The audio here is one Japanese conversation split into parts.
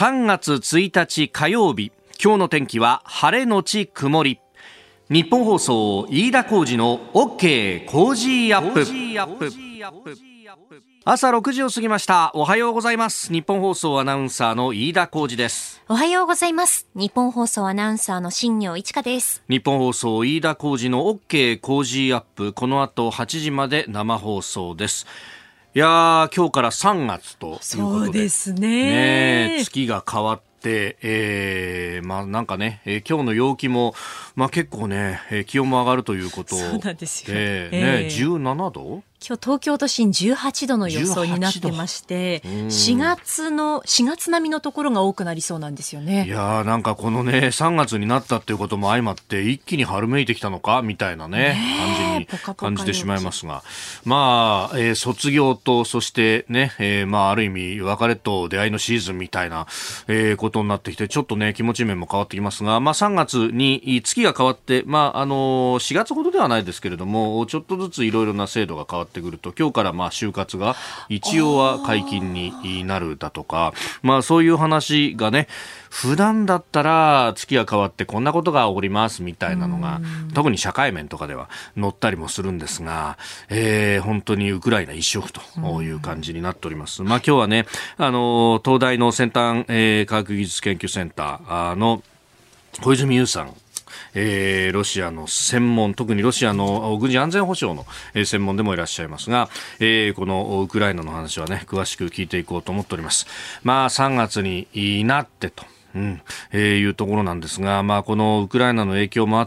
3月1日火曜日、今日の天気は晴れのち曇り。日本放送飯田浩司の OK コージーアップ。朝6時を過ぎました。おはようございます。日本放送アナウンサーの飯田浩司です。 おはようございます。日本放送アナウンサーの新業一華です。 日本放送飯田浩司の OK コージーアップ、この後8時まで生放送です。いやー、今日から3月ということで、 そうですね。 月が変わって、なんかね、今日の陽気も、結構ね、気温も上がるということで、 そうなんですよ。 17度今日東京都心18度の予想になってまして、4月並みのところが多くなりそうなんですよね。 いやー、なんかこのね、3月になったっていうことも相まって一気に春めいてきたのかみたいなね、感じてしまいますが、卒業とそしてね、ある意味別れと出会いのシーズンみたいな、ことになってきて、ちょっとね気持ち面も変わってきますが、3月に月が変わって、4月ほどではないですけれども、ちょっとずついろいろな制度が変わってくると、今日から就活が一応は解禁になるだとか、そういう話がね、普段だったら月が変わってこんなことが起こりますみたいなのが、特に社会面とかでは載ったりもするんですが、本当にウクライナ一色という感じになっております。今日はね、東大の先端、科学技術研究センターの小泉悠さん、ロシアの専門、特にロシアの軍事安全保障の専門でもいらっしゃいますが、このウクライナの話はね、詳しく聞いていこうと思っております。3月になってというところなんですが、このウクライナの影響もあって、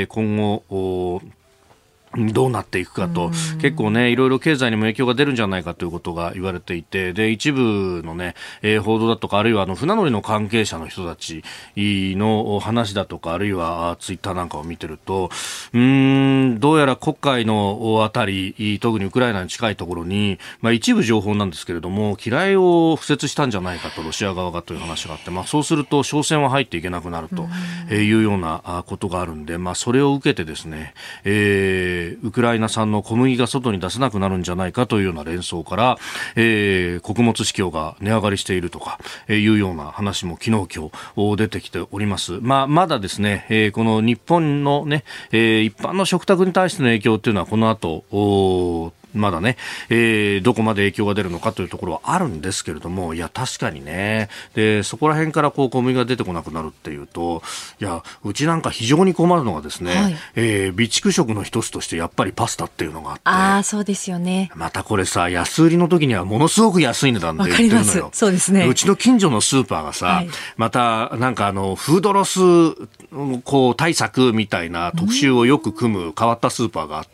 今後どうなっていくかと、結構ね、いろいろ経済にも影響が出るんじゃないかということが言われていて、で、一部のね、報道だとか、あるいは船乗りの関係者の人たちの話だとか、あるいはツイッターなんかを見てると、どうやら黒海のあたり、特にウクライナに近いところに、一部情報なんですけれども、機雷を敷設したんじゃないかと、ロシア側がという話があって、そうすると商船は入っていけなくなるというようなことがあるんで、それを受けてですね、ウクライナ産の小麦が外に出せなくなるんじゃないかというような連想から、穀物市況が値上がりしているとかいうような話も昨日今日出てきております。まだですね、この日本のね、一般の食卓に対しての影響というのはこの後まだね、どこまで影響が出るのかというところはあるんですけれども、いや確かにね、でそこら辺から小麦が出てこなくなるっていうと、いやうちなんか非常に困るのがですね、備蓄食の一つとしてやっぱりパスタっていうのがあって、 そうですよね。 またこれさ、安売りの時にはものすごく安い値段で売ってるのよ。わかります。 そうですね。 うちの近所のスーパーがさ、またなんかフードロス対策みたいな特集をよく組む変わったスーパーがあって、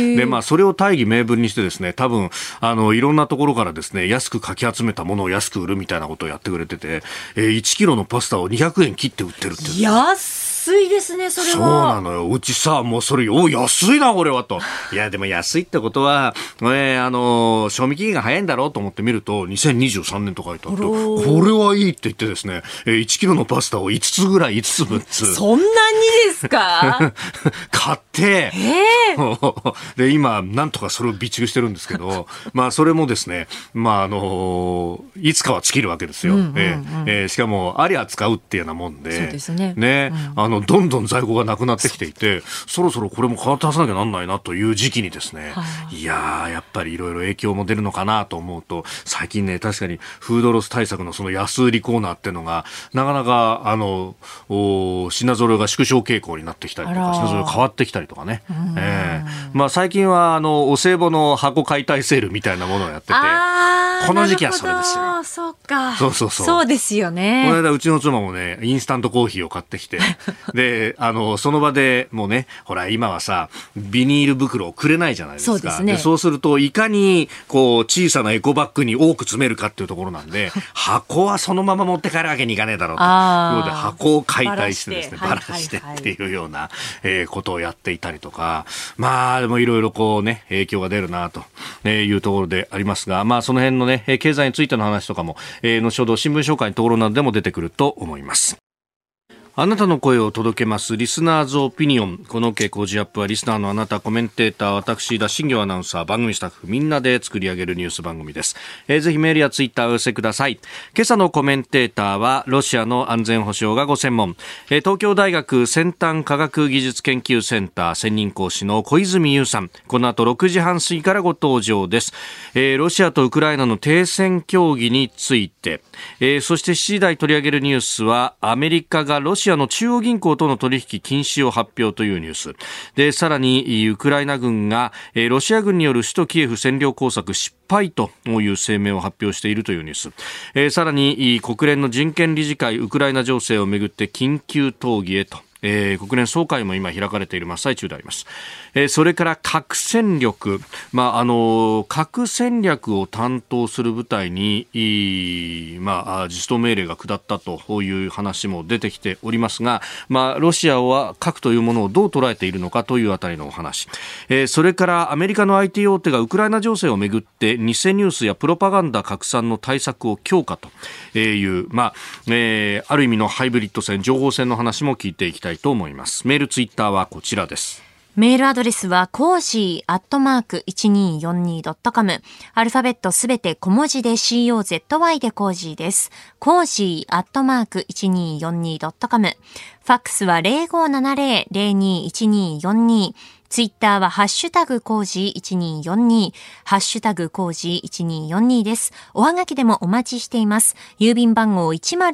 でそれを大義名分にしてですね、多分いろんなところからですね、安くかき集めたものを安く売るみたいなことをやってくれてて、1キロのパスタを200円切って売ってるっていう。 安いですね、それは。 そうなのよ。うちさ、もうそれ安いなこれはと。いやでも安いってことは、賞味期限が早いんだろうと思って見ると2023年と書いてあって、これはいいって言ってですね、1キロのパスタを5つぐらい、5つ6つそんなにですか買って、で今なんとかそれを備蓄してるんですけど、それもですね、いつかは尽きるわけですよ。しかもありゃ使うっていうようなもんで、 そうですね。 どんどん在庫がなくなってきていて、そろそろこれも変わって出さなきゃなんないなという時期にですね、いやーやっぱりいろいろ影響も出るのかなと思うと、最近ね確かにフードロス対策のその安売りコーナーっていうのがなかなか品揃えが縮小傾向になってきたりとか、品揃えが変わってきたりとかね、最近はお歳暮の箱解体セールみたいなものをやってて、この時期はそれですよ。 そうか。 そうですよね。この間うちの妻もね、インスタントコーヒーを買ってきてでその場でもうね、ほら今はさビニール袋をくれないじゃないですか。 そうですね。 でそうするといかに小さなエコバッグに多く詰めるかっていうところなんで箱はそのまま持って帰るわけにいかねえだろうということで、箱を解体してですね、ばらしてっていうような、ことをやっていたりとか、でもいろいろ影響が出るなというところでありますが、その辺のね経済についての話とかも、後ほど新聞紹介のところなどでも出てくると思います。 あなたの声を届けますリスナーズオピニオン。この傾向ジアップはリスナーのあなた、コメンテーター、私田新業アナウンサー、番組スタッフみんなで作り上げるニュース番組です。ぜひメールやツイッターをお寄せください。今朝のコメンテーターはロシアの安全保障がご専門、東京大学先端科学技術研究センター専任講師の小泉悠さん。この後6時半過ぎからご登場です。ロシアとウクライナの停戦協議について、そして7時台取り上げるニュースはアメリカがロシアの中央銀行との取引禁止を発表というニュースで、さらにウクライナ軍がロシア軍による首都キエフ占領工作失敗という声明を発表しているというニュース、さらに国連の人権理事会ウクライナ情勢をめぐって緊急討議へと、国連総会も今開かれている真っ最中であります。それから核戦力、核戦略を担当する部隊に、自主ト命令が下ったという話も出てきておりますが、ロシアは核というものをどう捉えているのかというあたりのお話、それからアメリカの IT 大手がウクライナ情勢をめぐって偽ニュースやプロパガンダ拡散の対策を強化という、ある意味のハイブリッド戦、情報戦の話も聞いていきたいと思います。メールツイッターはこちらです。 メールアドレスはコージー@1242.com、アルファベットすべて小文字で COZY でコージーです。コージー@1242.com、ファックスは 0570-021242、ツイッターはハッシュタグコージー1242、ハッシュタグコージー1242です。おはがきでもお待ちしています。郵便番号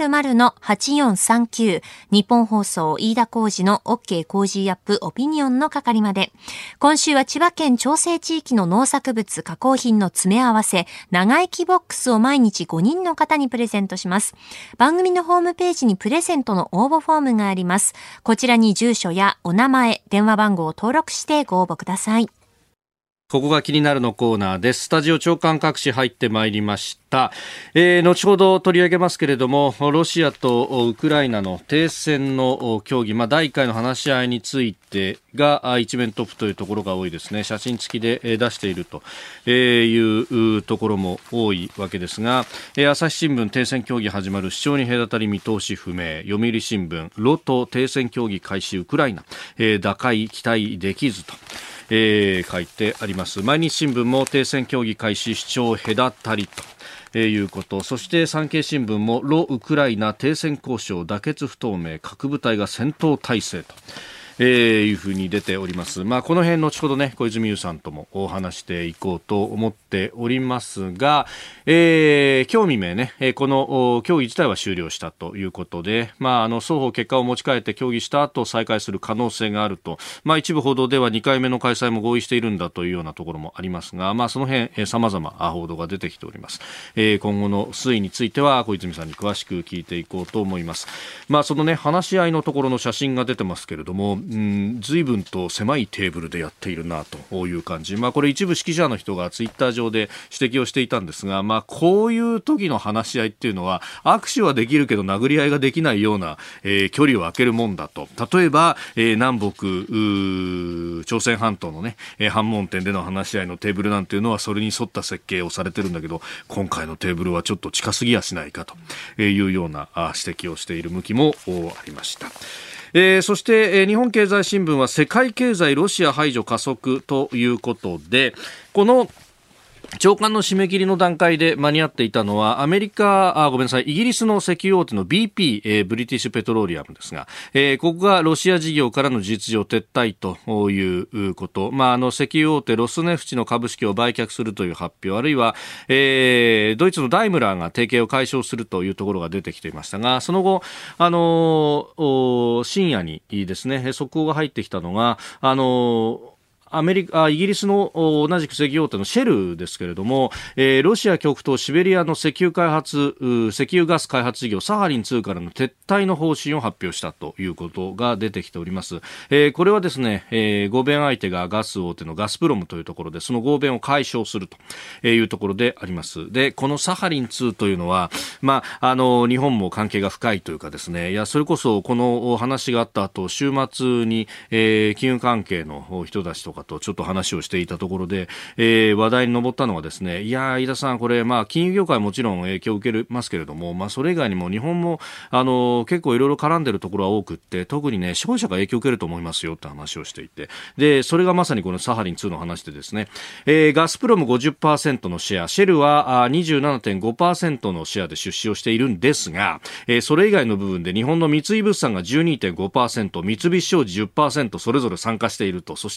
100-8439、日本放送飯田浩司の OK コージーアップオピニオンの係まで。今週は千葉県長生地域の農作物加工品の詰め合わせ、長生きボックスを毎日5人の方にプレゼントします。番組のホームページにプレゼントの応募フォームがあります。こちらに住所やお名前、電話番号を登録してご応募ください。 ここが気になるのコーナーです。スタジオ長官各紙入ってまいりました。後ほど取り上げますけれども、ロシアとウクライナの停戦の協議、第1回の話し合いについてが一面トップというところが多いですね。写真付きで出しているというところも多いわけですが、朝日新聞停戦協議始まる、主張に隔たり見通し不明。読売新聞、ロと停戦協議開始ウクライナ、打開期待できずと書いてあります。毎日新聞も停戦協議開始、主張隔たりということ。そして産経新聞もロウクライナ停戦交渉妥結不透明、核部隊が戦闘態勢というふうに出ております。この辺後ほどね、小泉悠さんともお話していこうと思っておりますが、今日未明ね、この協議自体は終了したということで、双方結果を持ち帰って協議した後再開する可能性があると、一部報道では2回目の開催も合意しているんだというようなところもありますが、その辺様々報道が出てきております。今後の推移については小泉さんに詳しく聞いていこうと思います。そのね、話し合いのところの写真が出てますけれども、随分と狭いテーブルでやっているなという感じ。これ一部指揮者の人がツイッター上で指摘をしていたんですが、こういう時の話し合いっていうのは握手はできるけど殴り合いができないような、距離を空けるもんだと。例えば、南北朝鮮半島のね、反問店での話し合いのテーブルなんていうのはそれに沿った設計をされてるんだけど、今回のテーブルはちょっと近すぎやしないかというような指摘をしている向きもありました。そして、日本経済新聞は世界経済ロシア排除加速ということで、この長官の締め切りの段階で間に合っていたのはイギリスの石油大手の BP、ブリティッシュペトロリアムですが、ここがロシア事業からの事実上撤退ということ。石油大手ロスネフチの株式を売却するという発表、あるいは、ドイツのダイムラーが提携を解消するというところが出てきていましたが、その後、深夜にですね、速報が入ってきたのが、イギリスの同じく石油大手のシェルですけれども、ロシア極東シベリアの石油ガス開発事業サハリン2からの撤退の方針を発表したということが出てきております。これはですね、合弁相手がガス大手のガスプロムというところで、その合弁を解消するというところであります。で、このサハリン2というのは、日本も関係が深いというかですね、それこそこの話があった後、週末に、金融関係の人たちとかかとちょっと話をしていたところで、話題に上ったのはですね、いや飯田さんこれ金融業界もちろん影響を受けますけれども、それ以外にも日本も結構いろいろ絡んでるところは多くって、特にね消費者が影響を受けると思いますよって話をしていて、でそれがまさにこのサハリン2の話でですね、ガスプロム 50% のシェア、シェルは 27.5% のシェアで出資をしているんですが、それ以外の部分で日本の三井物産が 12.5%、 三菱商事 10% それぞれ参加していると。そして、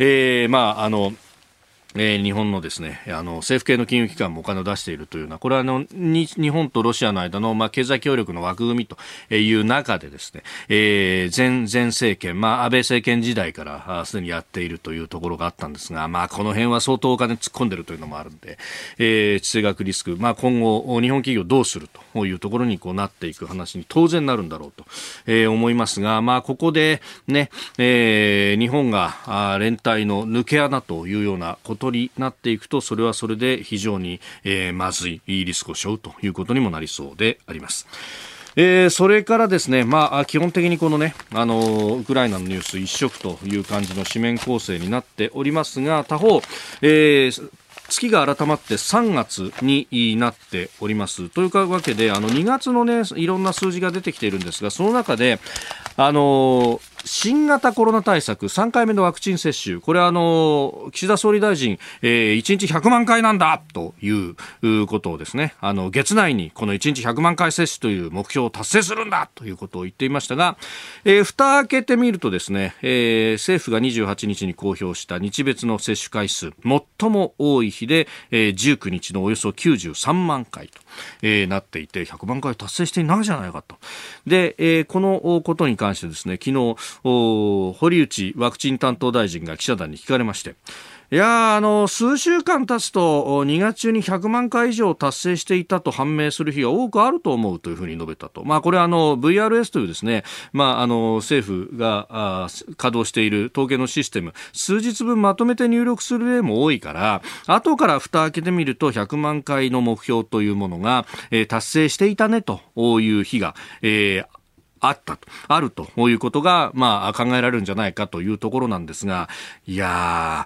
日本のですね、政府系の金融機関もお金を出しているというような、これは日本とロシアの間の経済協力の枠組みという中でですね、前政権、安倍政権時代からすでにやっているというところがあったんですが、この辺は相当お金突っ込んでいるというのもあるんで、地政学リスク、今後日本企業どうするというところになっていく話に当然なるんだろうと、思いますが、ここでね、日本が連帯の抜け穴というようなことになっていくと、それはそれで非常に、まずいリスクを背負うということにもなりそうであります。それからですね、基本的にこのね、ウクライナのニュース一色という感じの紙面構成になっておりますが、他方、月が改まって3月になっておりますというわけで、2月のねいろんな数字が出てきているんですが、その中で新型コロナ対策3回目のワクチン接種、これは岸田総理大臣、1日100万回なんだということをですね、月内にこの1日100万回接種という目標を達成するんだということを言っていましたが、蓋開けてみるとですね、政府が28日に公表した日別の接種回数、最も多い日で、19日のおよそ93万回と、なっていて、100万回達成していないじゃないかと。で、このことに関してですね、昨日堀内ワクチン担当大臣が記者団に聞かれまして、いや数週間経つと2月中に100万回以上達成していたと判明する日が多くあると思うというふうに述べたと。これはVRS というですね、政府が稼働している統計のシステム、数日分まとめて入力する例も多いから、後から蓋開けてみると100万回の目標というものが、達成していたねという日が、あるということが、考えられるんじゃないかというところなんですが、いや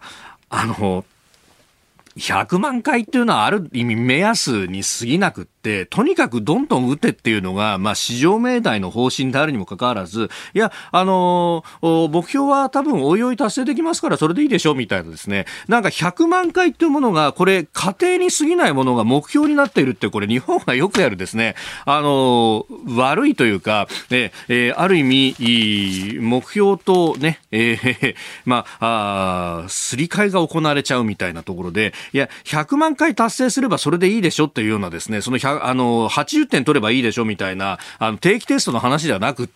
100万回っていうのはある意味目安に過ぎなくって、とにかくどんどん打てっていうのが、市場命題の方針であるにもかかわらず、いや、目標は多分おいおい達成できますからそれでいいでしょみたいなですね、なんか100万回っていうものが、これ過程に過ぎないものが目標になっているって、これ日本がよくやるですね、悪いというか、ある意味目標とね、すり替えが行われちゃうみたいなところで、いや100万回達成すればそれでいいでしょっていうようなですね、その80点取ればいいでしょみたいな定期テストの話ではなくって、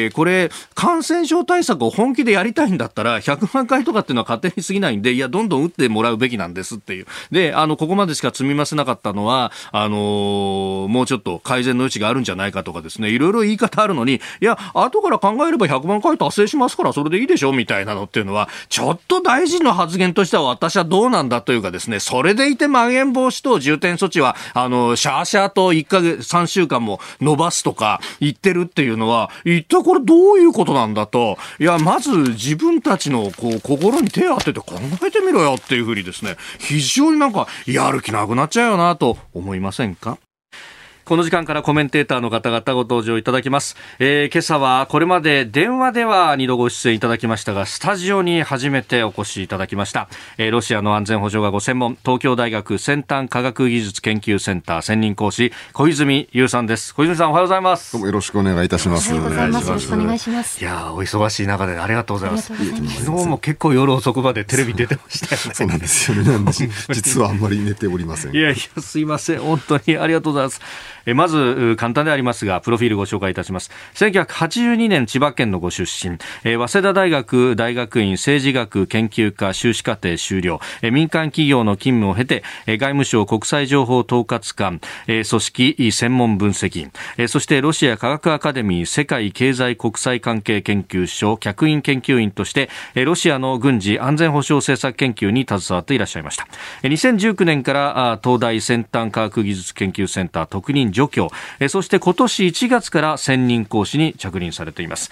これ感染症対策を本気でやりたいんだったら100万回とかっていうのは勝手に過ぎないんで、いやどんどん打ってもらうべきなんですっていう。でここまでしか積み増せなかったのはもうちょっと改善の余地があるんじゃないかとかですね、いろいろ言い方あるのに、いや後から考えれば100万回達成しますからそれでいいでしょみたいなのっていうのは、ちょっと大臣の発言としては私はどうなんだというかですね、それでいてまん延防止等重点措置はシャーシャーと1ヶ月3週間も伸ばすとか言ってるっていうのは、一体これどういうことなんだと。いやまず自分たちの心に手を当てて考えてみろよっていうふうにですね、非常になんかやる気なくなっちゃうよなと思いませんか。この時間からコメンテーターの方々ご登場いただきます。今朝はこれまで電話では2度ご出演いただきましたが、スタジオに初めてお越しいただきました。ロシアの安全保障がご専門、東京大学先端科学技術研究センター専任講師、小泉悠さんです。小泉さんおはようございます。 どうもよろしくお願いいたします。 おはようございます。よろしくお願いします。 いやお忙しい中でありがとうございます。昨日も結構夜遅くまでテレビ出てましたよね。 そうなんですよね。実はあんまり寝ておりません。 いやすいません、本当にありがとうございます。まず簡単でありますがプロフィールご紹介いたします。1982年千葉県のご出身、早稲田大学大学院政治学研究科修士課程修了、民間企業の勤務を経て外務省国際情報統括官、組織専門分析員、そしてロシア科学アカデミー世界経済国際関係研究所客員研究員としてロシアの軍事安全保障政策研究に携わっていらっしゃいました。2019年から東大先端科学技術研究センター特任助教、そして今年1月から専任講師に着任されています。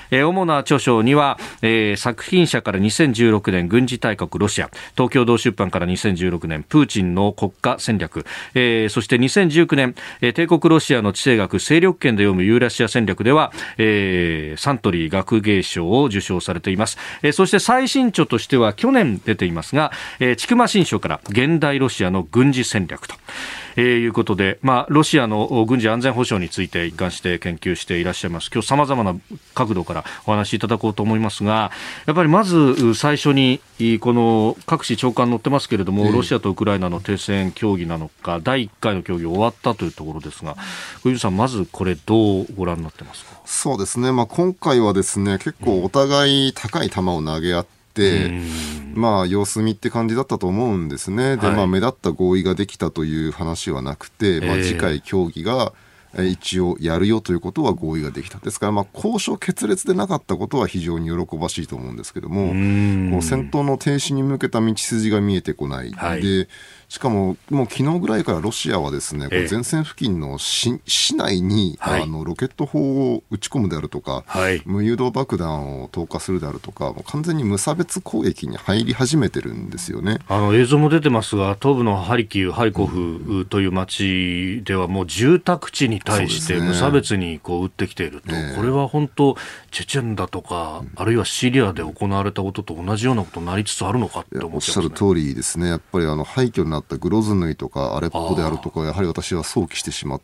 主な著書には、作品者から2016年軍事大国ロシア、東京同出版から2016年プーチンの国家戦略、そして2019年、帝国ロシアの地政学勢力圏で読むユーラシア戦略では、サントリー学芸賞を受賞されています。そして最新著としては去年出ていますが、千曲新書から現代ロシアの軍事戦略ということで、ロシアの軍事安全保障について一貫して研究していらっしゃいます。今日様々な角度からお話しいただこうと思いますが、やっぱりまず最初にこの各紙長官載ってますけれども、ロシアとウクライナの停戦協議なのか第1回の協議終わったというところですが、小泉さん、まずこれどうご覧になってますか？ そうですね、今回はですね、結構お互い高い球を投げ合って、様子見って感じだったと思うんですね。で、目立った合意ができたという話はなくて、次回協議が一応やるよということは合意ができた。ですから、交渉決裂でなかったことは非常に喜ばしいと思うんですけども、こう戦闘の停止に向けた道筋が見えてこない。で、しかももう昨日ぐらいからロシアはですね、前線付近の市内に、ロケット砲を撃ち込むであるとか、無誘導爆弾を投下するであるとか、もう完全に無差別攻撃に入り始めてるんですよね。 映像も出てますが、東部のハリコフという町ではもう住宅地に対して無差別に撃ってきていると、これは本当チェチェンだとか、あるいはシリアで行われたことと同じようなことになりつつあるのかって思ってますね。 おっしゃる通りですね。やっぱり廃墟になったグロズヌイとかアレッポであるとか、やはり私は想起してしまって、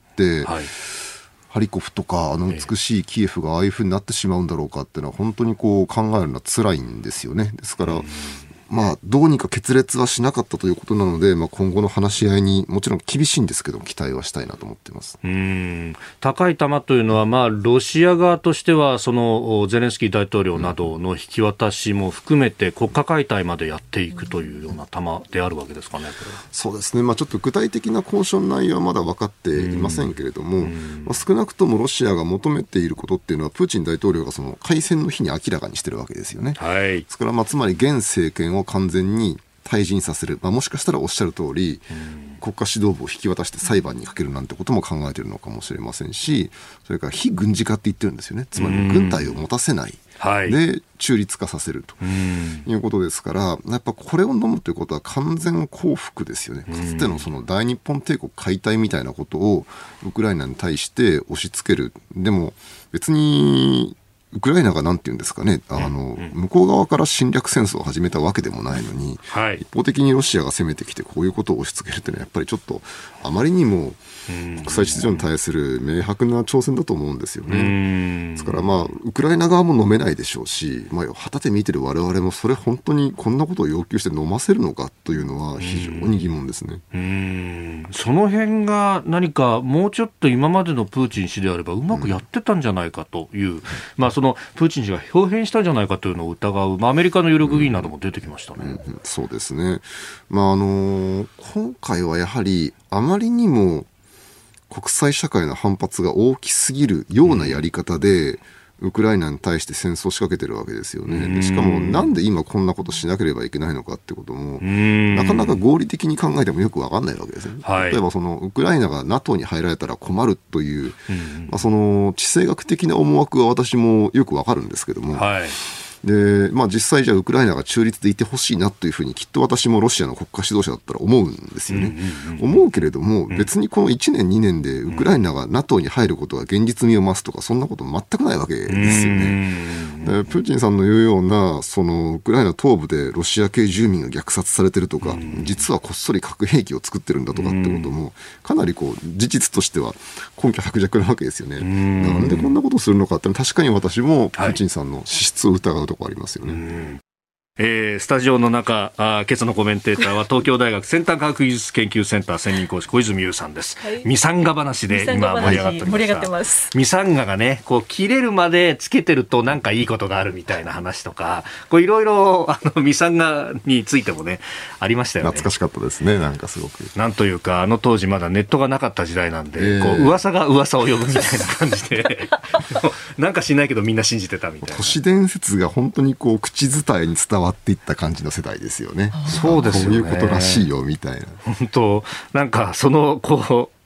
ハリコフとか美しいキエフがああいうふうになってしまうんだろうかっていうのは本当に考えるのは辛いんですよね。ですから、どうにか決裂はしなかったということなので、今後の話し合いにもちろん厳しいんですけど期待はしたいなと思っています。 高い球というのは、ロシア側としてはそのゼレンスキー大統領などの引き渡しも含めて国家解体までやっていくというような球であるわけですかね。 そうですね、ちょっと具体的な交渉の内容はまだ分かっていませんけれども、少なくともロシアが求めていることっていうのはプーチン大統領がその開戦の日に明らかにしてるわけですよね。ですから、つまり現政権を完全に退陣させる、もしかしたらおっしゃる通り、国家指導部を引き渡して裁判にかけるなんてことも考えているのかもしれませんし、それから非軍事化って言ってるんですよね。つまり軍隊を持たせない、で中立化させるということですから、やっぱこれを飲むということは完全降伏ですよね。かつてのその大日本帝国解体みたいなことをウクライナに対して押し付ける。でも別にウクライナがなんて言うんですかね、向こう側から侵略戦争を始めたわけでもないのに、一方的にロシアが攻めてきてこういうことを押し付けるというのはやっぱりちょっとあまりにも国際秩序に対する明白な挑戦だと思うんですよね。ですからウクライナ側も飲めないでしょうし、旗手見てる我々もそれ本当にこんなことを要求して飲ませるのかというのは非常に疑問ですね。 その辺が何かもうちょっと今までのプーチン氏であればうまくやってたんじゃないかという、そのプーチン氏が表変したんじゃないかというのを疑う、アメリカの有力議員なども出てきましたね。 そうですね。今回はやはりあまりにも国際社会の反発が大きすぎるようなやり方で、ウクライナに対して戦争を仕掛けてるわけですよね。でしかもなんで今こんなことしなければいけないのかってこともなかなか合理的に考えてもよく分かんないわけですね。例えばそのウクライナが NATO に入られたら困るという、その地政学的な思惑は私もよく分かるんですけども、で実際じゃあウクライナが中立でいてほしいなというふうにきっと私もロシアの国家指導者だったら思うんですよね。思うけれども別にこの1年2年でウクライナが NATO に入ることが現実味を増すとかそんなこと全くないわけですよね。でプーチンさんの言うようなそのウクライナ東部でロシア系住民が虐殺されてるとか、実はこっそり核兵器を作ってるんだとかってこともかなり事実としては根拠薄弱なわけですよね。なんでこんなことをするのかってのは確かに私もプーチンさんの資質を疑うところありますよね。 スタジオの中、今朝のコメンテーターは東京大学先端科学技術研究センター専任講師小泉悠さんです。ミサンガ話で今盛り上がっておりました。盛り上がってます。ミサンガがね、切れるまでつけてるとなんかいいことがあるみたいな話とか、いろいろミサンガについてもねありましたよね。 懐かしかったですね。なんかすごくなんというか当時まだネットがなかった時代なんで、噂が噂を呼ぶみたいな感じでなんか知んないけどみんな信じてたみたいな。 都市伝説が本当に口伝えに伝わっていった感じの世代ですよね。 そうですよね。 こういうことらしいよみたいな。 本当なんかその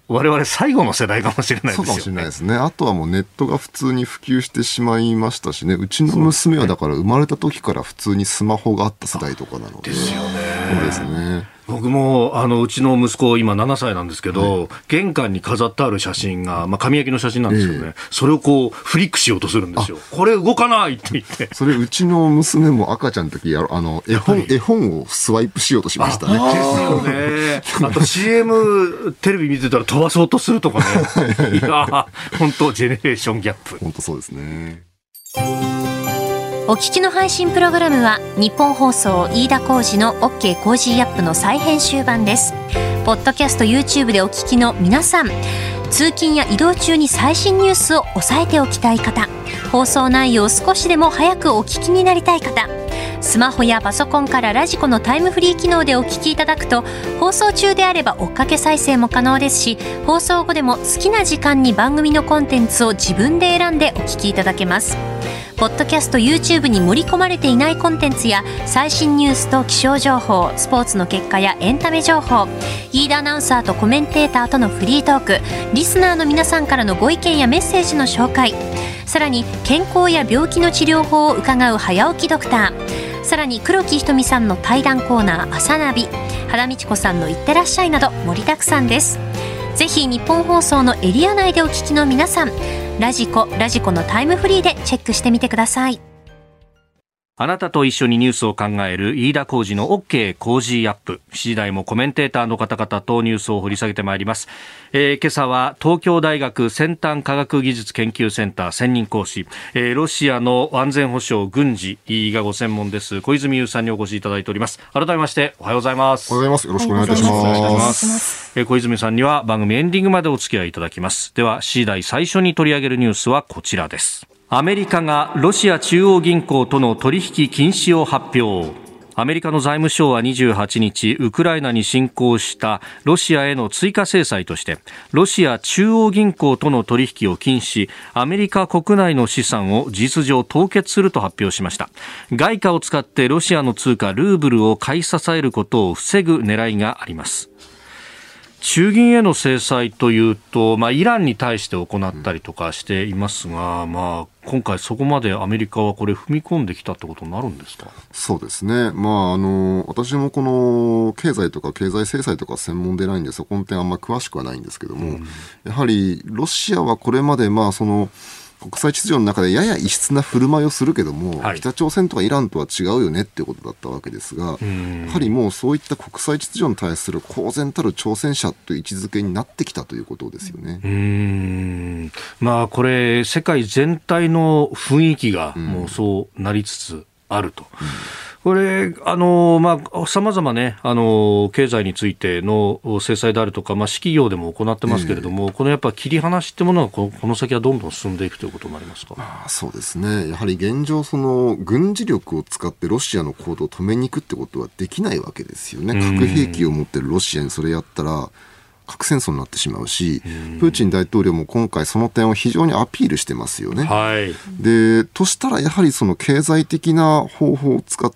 我々最後の世代かもしれないですよね。 そうかもしれないですね。あとはもうネットが普通に普及してしまいましたしね。うちの娘はだから生まれた時から普通にスマホがあった世代とかなので。 ですよね。 そうですね。 僕もうちの息子今7歳なんですけど、玄関に飾ってある写真が、紙焼きの写真なんですけどね、それをこうフリックしようとするんですよ。これ動かないって言って。 それうちの娘も赤ちゃんの時絵本をスワイプしようとしましたね。 ですよね。あと CM テレビ見てたら飛ばそうとするとかね。いや本当ジェネレーションギャップ。 本当そうですね。 お聞きの配信プログラムは日本放送飯田浩司の OK コージーアップの再編集版です。ポッドキャスト YouTube でお聞きの皆さん、通勤や移動中に最新ニュースを押さえておきたい方、放送内容を少しでも早くお聞きになりたい方、スマホやパソコンからラジコのタイムフリー機能でお聞きいただくと、放送中であれば追っかけ再生も可能ですし、放送後でも好きな時間に番組のコンテンツを自分で選んでお聞きいただけます。ポッドキャスト YouTube に盛り込まれていないコンテンツや最新ニュースと気象情報、スポーツの結果やエンタメ情報、飯田アナウンサーとコメンテーターとのフリートーク、リスナーの皆さんからのご意見やメッセージの紹介、さらに健康や病気の治療法を伺う早起きドクター、さらに黒木ひとみさんの対談コーナー朝ナビ、原道子さんのいってらっしゃいなど盛りだくさんです。ぜひ日本放送のエリア内でお聞きの皆さん、ラジコのタイムフリーでチェックしてみてください。 あなたと一緒にニュースを考える飯田浩司の OK コージーアップ。7時台もコメンテーターの方々とニュースを掘り下げてまいります。今朝は東京大学先端科学技術研究センター専任講師、ロシアの安全保障軍事がご専門です小泉悠さんにお越しいただいております。改めましておはようございます。 おはようございます。よろしくお願いいたします。 小泉さんには番組エンディングまでお付き合いいただきます。では7時台最初に取り上げるニュースはこちらです。アメリカがロシア中央銀行との取引禁止を発表。アメリカの財務省は28日、ウクライナに侵攻したロシアへの追加制裁として、ロシア中央銀行との取引を禁止し、アメリカ国内の資産を事実上凍結すると発表しました。外貨を使ってロシアの通貨ルーブルを買い支えることを防ぐ狙いがあります。中銀への制裁というと、イランに対して行ったりとかしていますが、今回そこまでアメリカはこれ踏み込んできたってことになるんですか？ そうですね。私もこの経済とか経済制裁とか専門でないんで、そこの点あんま詳しくはないんですけども、やはりロシアはこれまで国際秩序の中でやや異質な振る舞いをするけども、北朝鮮とかイランとは違うよねっていうことだったわけですが、やはりもうそういった国際秩序に対する公然たる挑戦者という位置づけになってきたということですよね。 これ世界全体の雰囲気がもうそうなりつつあると。これ様々ね、経済についての制裁であるとか、私企業でも行ってますけれども、このやっぱ切り離しってものはこの先はどんどん進んでいくということになりますか？ そうですね。やはり現状軍事力を使ってロシアの行動を止めに行くってことはできないわけですよね。核兵器を持ってるロシアにそれやったら核戦争になってしまうし、プーチン大統領も今回その点を非常にアピールしてますよね。で、としたらやはりその経済的な方法を使って、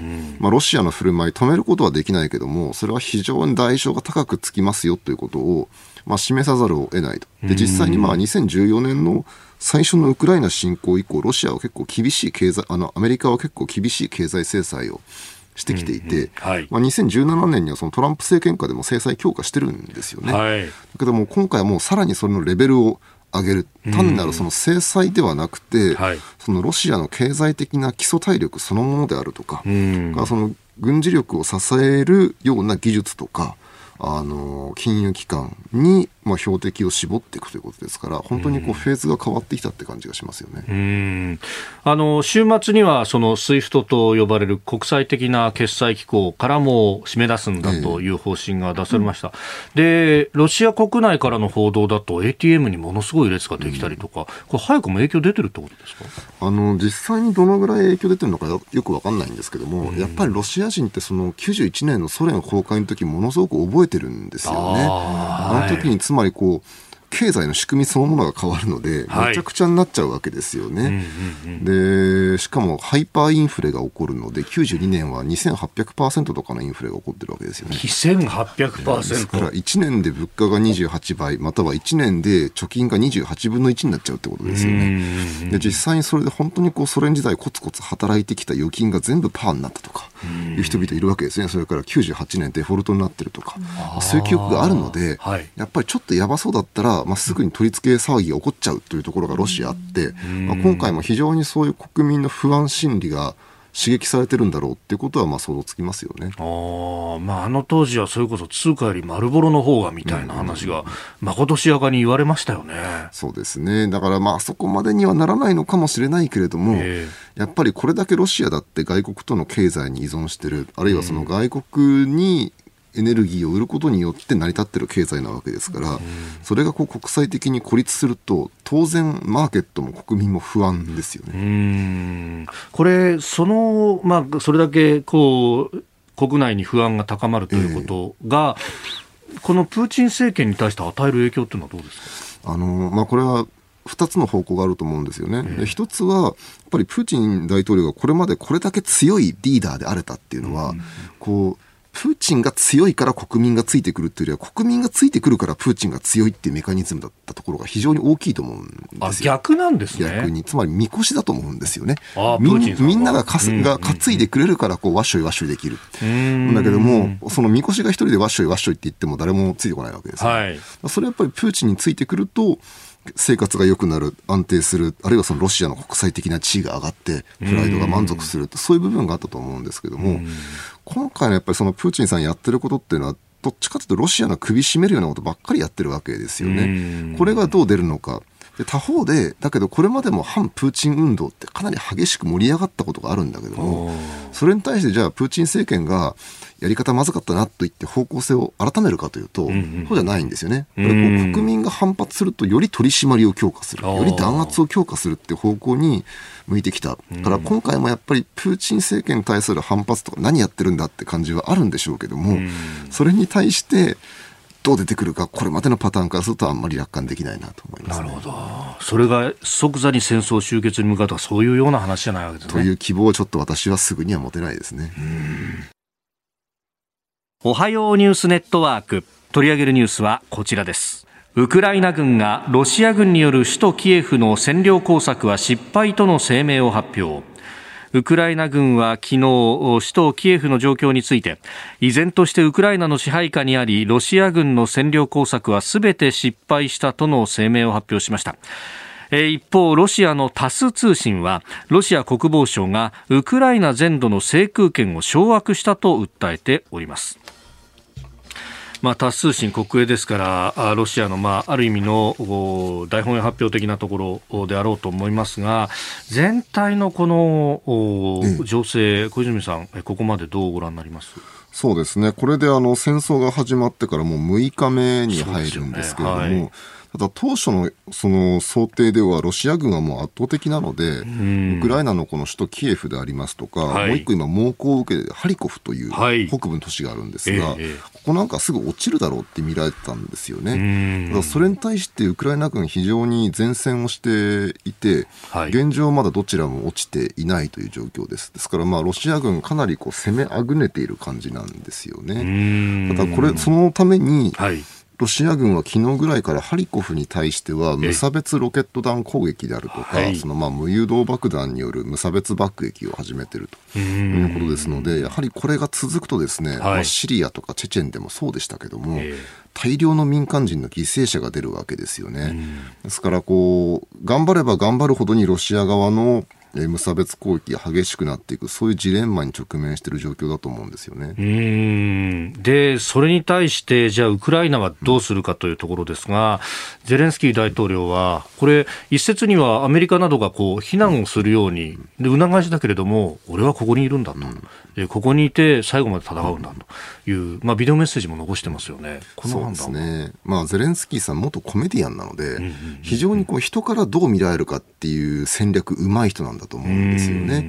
ロシアの振る舞い止めることはできないけども、それは非常に代償が高くつきますよということを、示さざるを得ないと。で、実際に2014年の最初のウクライナ侵攻以降、ロシアは結構厳しいアメリカは結構厳しい経済制裁をしてきていて、2017年にはそのトランプ政権下でも制裁強化してるんですよね。だけども今回はもうさらにそれのレベルを上げる。単なるその制裁ではなくて、そのロシアの経済的な基礎体力そのものであるとか、その軍事力を支えるような技術とか、金融機関に標的を絞っていくということですから、本当にフェーズが変わってきたって感じがしますよね。 週末にはそのSWIFTと呼ばれる国際的な決済機構からも締め出すんだという方針が出されました。で、ロシア国内からの報道だと ATM にものすごい列ができたりとか、これ早くも影響出てるってことですか？ 実際にどのぐらい影響出てるのかよく分かんないんですけども、やっぱりロシア人ってその91年のソ連崩壊の時ものすごく覚えてるんですよね。あの時につまり経済の仕組みそのものが変わるので、めちゃくちゃになっちゃうわけですよね。で、しかもハイパーインフレが起こるので、92年は 2800% とかのインフレが起こってるわけですよね。 2800%。 ですから1年で物価が28倍、または1年で貯金が28分の1になっちゃうってことですよね。で、実際にそれで本当にソ連時代コツコツ働いてきた預金が全部パーになったとかいう人々いるわけですね。それから98年デフォルトになってるとか、そういう記憶があるので、やっぱりちょっとやばそうだったら、すぐに取り付け騒ぎが起こっちゃうというところがロシアあって、今回も非常にそういう国民の不安心理が刺激されてるんだろうっていうことは想像つきますよね。 あの当時はそれこそ通貨より丸ボロの方がみたいな話がまことしやかに言われましたよね。 そうですね。だからそこまでにはならないのかもしれないけれども、やっぱりこれだけロシアだって外国との経済に依存してる、あるいはその外国にエネルギーを売ることによって成り立っている経済なわけですから、それが国際的に孤立すると当然マーケットも国民も不安ですよね。 これそれだけ国内に不安が高まるということが、このプーチン政権に対して与える影響というのはどうですか？ これは2つの方向があると思うんですよね。で、1つはやっぱりプーチン大統領がこれまでこれだけ強いリーダーであれたっていうのは、プーチンが強いから国民がついてくるっていうよりは、国民がついてくるからプーチンが強いっていうメカニズムだったところが非常に大きいと思うんですよ。 逆なんですね。 逆に、つまりみこしだと思うんですよね。みんなが担いでくれるからわっしょいわっしょいできる。だけども、そのみこしが一人でわっしょいわっしょいって言っても誰もついてこないわけですよ、それはやっぱりプーチンについてくると生活が良くなる、安定する、あるいはそのロシアの国際的な地位が上がってプライドが満足する、そういう部分があったと思うんですけども、今回のやっぱりそのプーチンさんやってることっていうのはどっちかというとロシアの首絞めるようなことばっかりやってるわけですよね。これがどう出るのか。で、他方でだけどこれまでも反プーチン運動ってかなり激しく盛り上がったことがあるんだけども、それに対してじゃあプーチン政権がやり方まずかったなと言って方向性を改めるかというと、そうじゃないんですよね。これ国民が反発するとより取り締まりを強化する、より弾圧を強化するっていう方向に向いてきたから今回もやっぱりプーチン政権に対する反発とか何やってるんだって感じはあるんでしょうけども、それに対してどう出てくるか、これまでのパターンからするとあんまり楽観できないなと思います、ね。 なるほど。それが即座に戦争終結に向かうとかそういうような話じゃないわけですね。 という希望をちょっと私はすぐには持てないですね。 おはようニュースネットワーク、取り上げるニュースはこちらです。ウクライナ軍がロシア軍による首都キエフの占領工作は失敗との声明を発表。ウクライナ軍は昨日、首都キエフの状況について、依然としてウクライナの支配下にあり、ロシア軍の占領工作はすべて失敗したとの声明を発表しました。一方、ロシアのタス通信は、ロシア国防省がウクライナ全土の制空権を掌握したと訴えております。タス通信国営ですからロシアのある意味の大本営発表的なところであろうと思いますが、全体のこの情勢、小泉さんここまでどうご覧になります？ そうですね、これで戦争が始まってからもう6日目に入るんですけれども、ただ当初のその想定ではロシア軍はもう圧倒的なので、ウクライナのこの首都キエフでありますとか、もう一個今猛攻を受けてハリコフという北部の都市があるんですが、ここなんかすぐ落ちるだろうって見られてたんですよね。だからそれに対してウクライナ軍非常に善戦をしていて、現状まだどちらも落ちていないという状況です。ですからロシア軍かなり攻めあぐねている感じなんですよね。ただそのために、ロシア軍は昨日ぐらいからハリコフに対しては無差別ロケット弾攻撃であるとか、その無誘導爆弾による無差別爆撃を始めているということですので、やはりこれが続くとですね、シリアとかチェチェンでもそうでしたけども、大量の民間人の犠牲者が出るわけですよね。ですから頑張れば頑張るほどにロシア側の無差別攻撃が激しくなっていく、そういうジレンマに直面している状況だと思うんですよね。 で、それに対してじゃあウクライナはどうするかというところですが、ゼレンスキー大統領はこれ一説にはアメリカなどが非難をするようにで促しだけれども、俺はここにいるんだと、ここにいて最後まで戦うんだという、ビデオメッセージも残してますよね。この判断は。そうですね。 ゼレンスキーさん元コメディアンなので、非常に人からどう見られるかっていう戦略うまい人なんだと思うんですよね。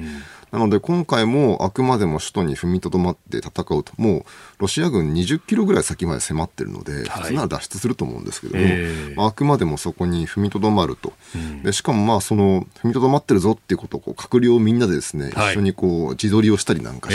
なので今回もあくまでも首都に踏みとどまって戦うと、もうロシア軍20キロぐらい先まで迫っているので、普通なら脱出すると思うんですけども、あくまでもそこに踏みとどまると、でしかもその踏みとどまってるぞっていうことを閣僚みんなでですね、一緒に自撮りをしたりなんかして、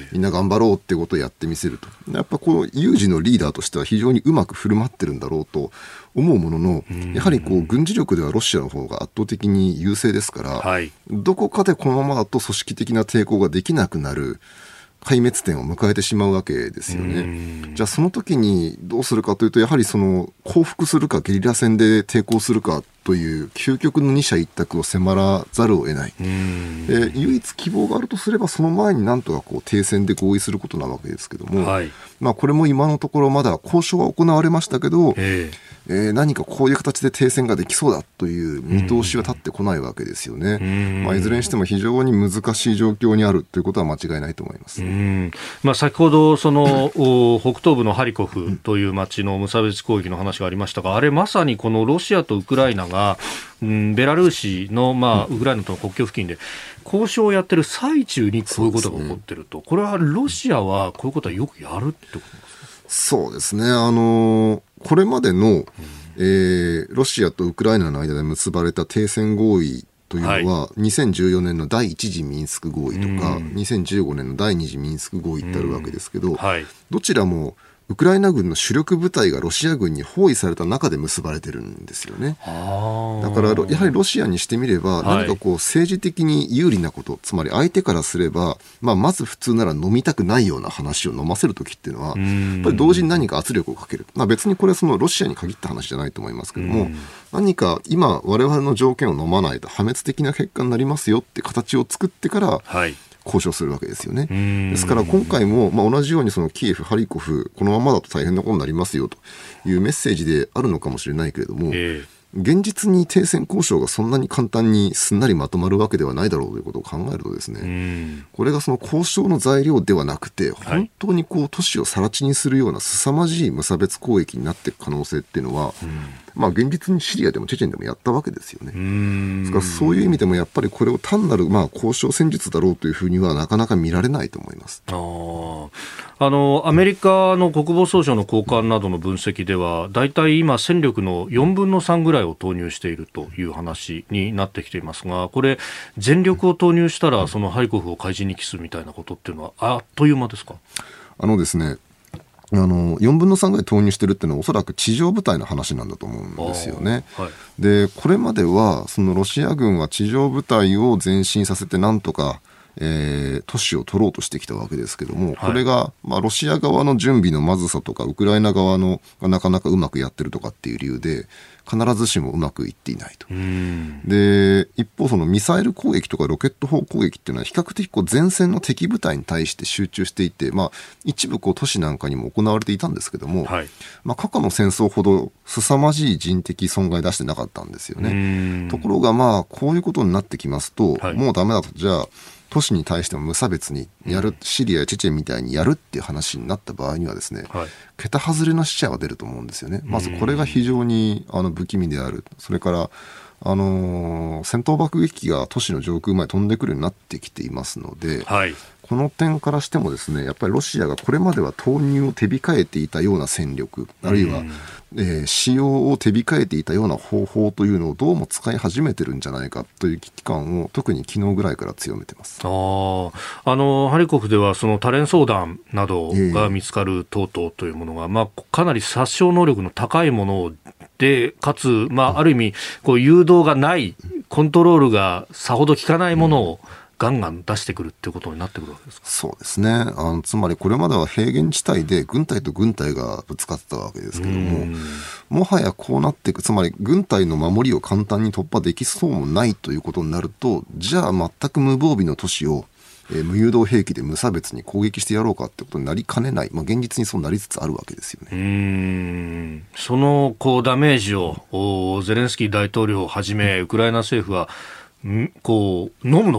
みんな頑張ろうってことをやってみせると、やっぱ有事のリーダーとしては非常にうまく振る舞ってるんだろうと思うものの、やはり軍事力ではロシアの方が圧倒的に優勢ですから、どこかでこのままだと組織的な抵抗ができなくなる壊滅点を迎えてしまうわけですよね。じゃあその時にどうするかというと、やはり降伏するかゲリラ戦で抵抗するかという究極の二者一択を迫らざるを得ない。で唯一希望があるとすれば、その前になんとか停戦で合意することなわけですけども、これも今のところまだ交渉は行われましたけど、何かこういう形で停戦ができそうだという見通しは立ってこないわけですよね。いずれにしても非常に難しい状況にあるということは間違いないと思います。 先ほど北東部のハリコフという町の無差別攻撃の話がありましたが、あれまさにこのロシアとウクライナが、ベラルーシの、ウクライナとの国境付近で交渉をやってる最中にこういうことが起こってると、これはロシアはこういうことはよくやるってことですか？ そうですね。これまでの、ロシアとウクライナの間で結ばれた停戦合意というのは、2014年の第一次ミンスク合意とか、2015年の第二次ミンスク合意ってあるわけですけど、どちらもウクライナ軍の主力部隊がロシア軍に包囲された中で結ばれてるんですよね。だからやはりロシアにしてみれば、何か政治的に有利なこと、つまり相手からすれば、まず普通なら飲みたくないような話を飲ませるときっていうのは、やっぱり同時に何か圧力をかける。別にこれはロシアに限った話じゃないと思いますけども、何か今我々の条件を飲まないと破滅的な結果になりますよって形を作ってから、交渉するわけですよね。ですから今回も、同じようにキエフ、ハリコフ、このままだと大変なことになりますよというメッセージであるのかもしれないけれども、現実に停戦交渉がそんなに簡単にすんなりまとまるわけではないだろうということを考えるとですね、これが交渉の材料ではなくて、本当に都市を更地にするような凄まじい無差別攻撃になっていく可能性っていうのは、現実にシリアでもチェチェンでもやったわけですよね。ですからそういう意味でもやっぱりこれを単なる交渉戦術だろうというふうにはなかなか見られないと思います。 アメリカの国防総省の高官などの分析では、だいたい今戦力の4分の3ぐらいを投入しているという話になってきていますが、これ全力を投入したらそのハリコフを海人に帰すみたいなことっていうのはあっという間ですか？ ですね、4分の3ぐらい投入してるっていうのはおそらく地上部隊の話なんだと思うんですよね。でこれまではロシア軍は地上部隊を前進させてなんとか都市を取ろうとしてきたわけですけども、これが、ロシア側の準備のまずさとかウクライナ側のがなかなかうまくやってるとかっていう理由で必ずしもうまくいっていないと。で一方ミサイル攻撃とかロケット砲攻撃っていうのは比較的前線の敵部隊に対して集中していて、一部都市なんかにも行われていたんですけども、過去の戦争ほど凄まじい人的損害出してなかったんですよね。ところがこういうことになってきますと、もうダメだと、じゃあ都市に対しても無差別にやる、シリアやチェチェンみたいにやるっていう話になった場合にはですね、桁外れの死者が出ると思うんですよね。まずこれが非常に不気味である。それから戦闘爆撃機が都市の上空まで飛んでくるようになってきていますので、この点からしてもですね、やっぱりロシアがこれまでは投入を手控えていたような戦力、あるいは、使用を手控えていたような方法というのをどうも使い始めてるんじゃないかという危機感を特に昨日ぐらいから強めてます。 ハリコフではその多連装弾などが見つかる等々というものが、かなり殺傷能力の高いもので、かつ、ある意味誘導がない、コントロールがさほど効かないものをガンガン出してくるっていうことになってくるわけですか？ そうですね。つまりこれまでは平原地帯で軍隊と軍隊がぶつかってたわけですけども、もはやこうなっていく、つまり軍隊の守りを簡単に突破できそうもないということになると、じゃあ全く無防備の都市を無誘導兵器で無差別に攻撃してやろうかってことになりかねない、現実にそうなりつつあるわけですよね。 そのダメージをゼレンスキー大統領をはじめウクライナ政府は飲むのかって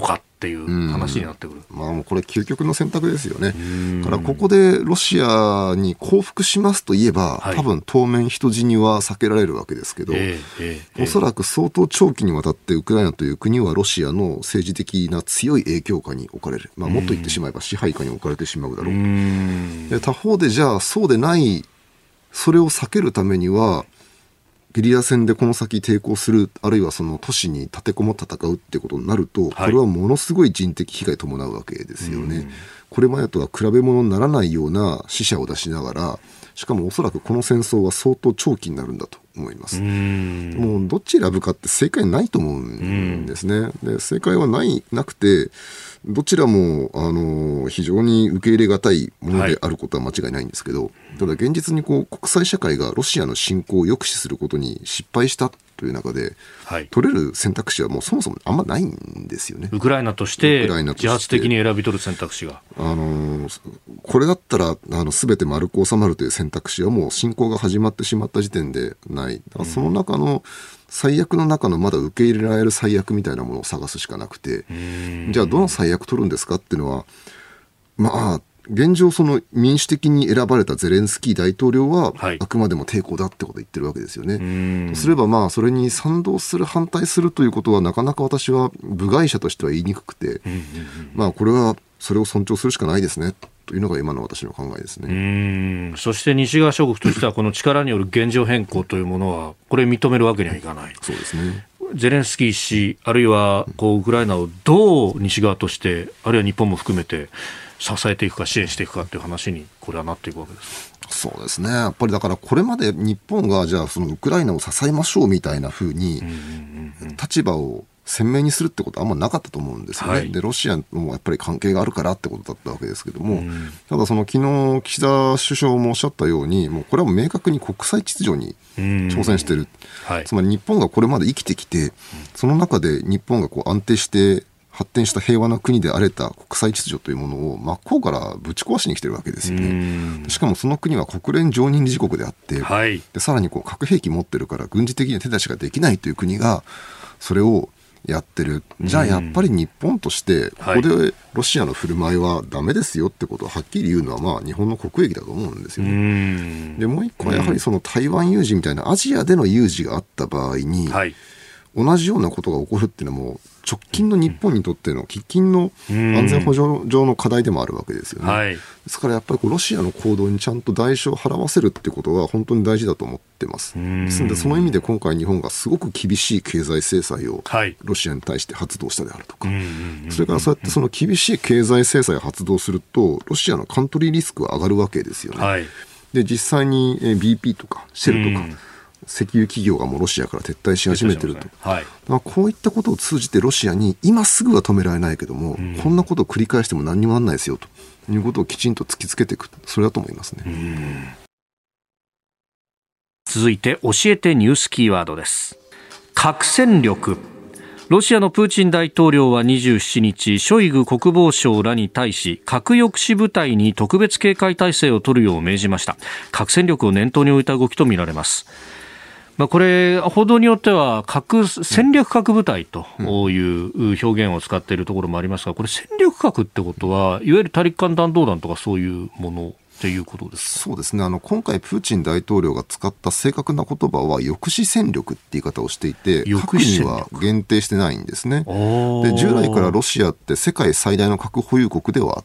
っていう話になってくる。 もうこれ究極の選択ですよね。だからここでロシアに降伏しますと言えば、多分当面人死には避けられるわけですけど、おそらく相当長期にわたってウクライナという国はロシアの政治的な強い影響下に置かれる。もっと言ってしまえば支配下に置かれてしまうだろうと。で他方でじゃあそうでない、それを避けるためにはゲリラ戦でこの先抵抗する、あるいはその都市に立てこもって戦うっていうことになると、これはものすごい人的被害を伴うわけですよね。これまでとは比べ物にならないような死者を出しながら、しかもおそらくこの戦争は相当長期になるんだと思います。もうどっち選ぶかって正解ないと思うんですね。で正解はなくて、どちらも非常に受け入れがたいものであることは間違いないんですけど、ただ現実に国際社会がロシアの侵攻を抑止することに失敗したという中で、取れる選択肢はもうそもそもあんまないんですよね。 ウクライナとして自発的に選び取る選択肢が、 これだったら全て丸く収まるという選択肢はもう侵攻が始まってしまった時点でない。だからその中の最悪の中のまだ受け入れられる最悪みたいなものを探すしかなくて、じゃあどの最悪取るんですかっていうのは、現状その民主的に選ばれたゼレンスキー大統領はあくまでも抵抗だってことを言ってるわけですよね。とすればそれに賛同する反対するということはなかなか私は部外者としては言いにくくて、これはそれを尊重するしかないですねというのが今の私の考えですね。 そして西側諸国としてはこの力による現状変更というものはこれ認めるわけにはいかない。 そうですね。 ゼレンスキー氏あるいはウクライナをどう西側としてあるいは日本も含めて支えていくか支援していくかという話にこれはなっていくわけです。 そうですね。やっぱりだからこれまで日本がじゃあそのウクライナを支えましょうみたいな風に立場を鮮明にするってことはあんまなかったと思うんですよね。でロシアもやっぱり関係があるからってことだったわけですけども、ただその昨日岸田首相もおっしゃったように、もうこれはもう明確に国際秩序に挑戦している、つまり日本がこれまで生きてきて、その中で日本が安定して発展した平和な国であれた国際秩序というものを真っ向からぶち壊しに来てるわけですよね。しかもその国は国連常任理事国であって、でさらに核兵器持ってるから軍事的な手出しができないという国がそれをやってる。じゃあやっぱり日本としてここでロシアの振る舞いはダメですよってことをはっきり言うのは日本の国益だと思うんですよね。でもう一個はやはりその台湾有事みたいなアジアでの有事があった場合に、同じようなことが起こるっていうのも直近の日本にとっての喫緊の安全保障上の課題でもあるわけですよね。ですからやっぱりロシアの行動にちゃんと代償を払わせるってことは本当に大事だと思ってます。ですのでその意味で今回日本がすごく厳しい経済制裁をロシアに対して発動したであるとか、それからそうやってその厳しい経済制裁を発動するとロシアのカントリーリスクは上がるわけですよね。で実際に BP とかシェルとか石油企業がもうロシアから撤退し始めていると、こういったことを通じてロシアに今すぐは止められないけども、こんなことを繰り返しても何にもならないですよということをきちんと突きつけていく、それだと思いますね。 続いて教えてニュースキーワードです。核戦力。ロシアのプーチン大統領は27日、ショイグ国防相らに対し、核抑止部隊に特別警戒態勢を取るよう命じました。核戦力を念頭に置いた動きとみられます。これ報道によっては戦略核部隊という表現を使っているところもありますが、これ戦略核ってことはいわゆる大陸間弾道弾とかそういうものっていうことですか？ そうですね。今回プーチン大統領が使った正確な言葉は抑止戦力って言い方をしていて、核には限定してないんですね。で従来からロシアって世界最大の核保有国ではあって、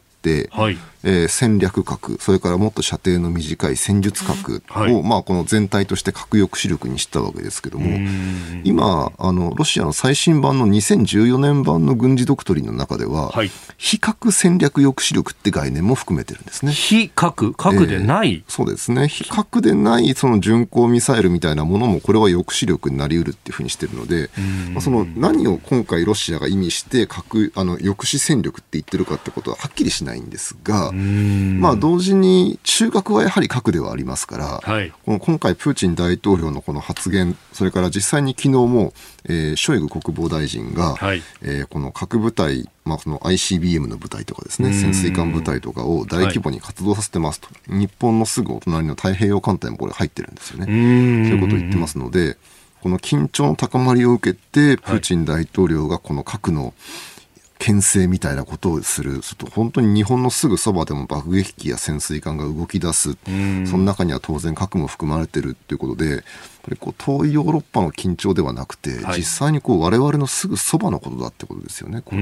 戦略核、それからもっと射程の短い戦術核を、この全体として核抑止力にしたわけですけども、今ロシアの最新版の2014年版の軍事ドクトリンの中では、非核戦略抑止力って概念も含めてるんですね。 非核でない、 そうですね。非核でないその巡航ミサイルみたいなものもこれは抑止力になりうるっていうふうにしてるので、その何を今回ロシアが意味して抑止戦力って言ってるかってことははっきりしないんですが、同時に中核はやはり核ではありますから、この今回プーチン大統領のこの発言、それから実際に昨日も、ショイグ国防大臣が、この核部隊、その ICBM の部隊とかですね、潜水艦部隊とかを大規模に活動させてますと、日本のすぐお隣の太平洋艦隊もこれ入ってるんですよね。そういうことを言ってますので、この緊張の高まりを受けてプーチン大統領がこの核の牽制みたいなことをすると本当に日本のすぐそばでも爆撃機や潜水艦が動き出す、その中には当然核も含まれているということで、やっぱり遠いヨーロッパの緊張ではなくて、実際に我々のすぐそばのことだってことですよね。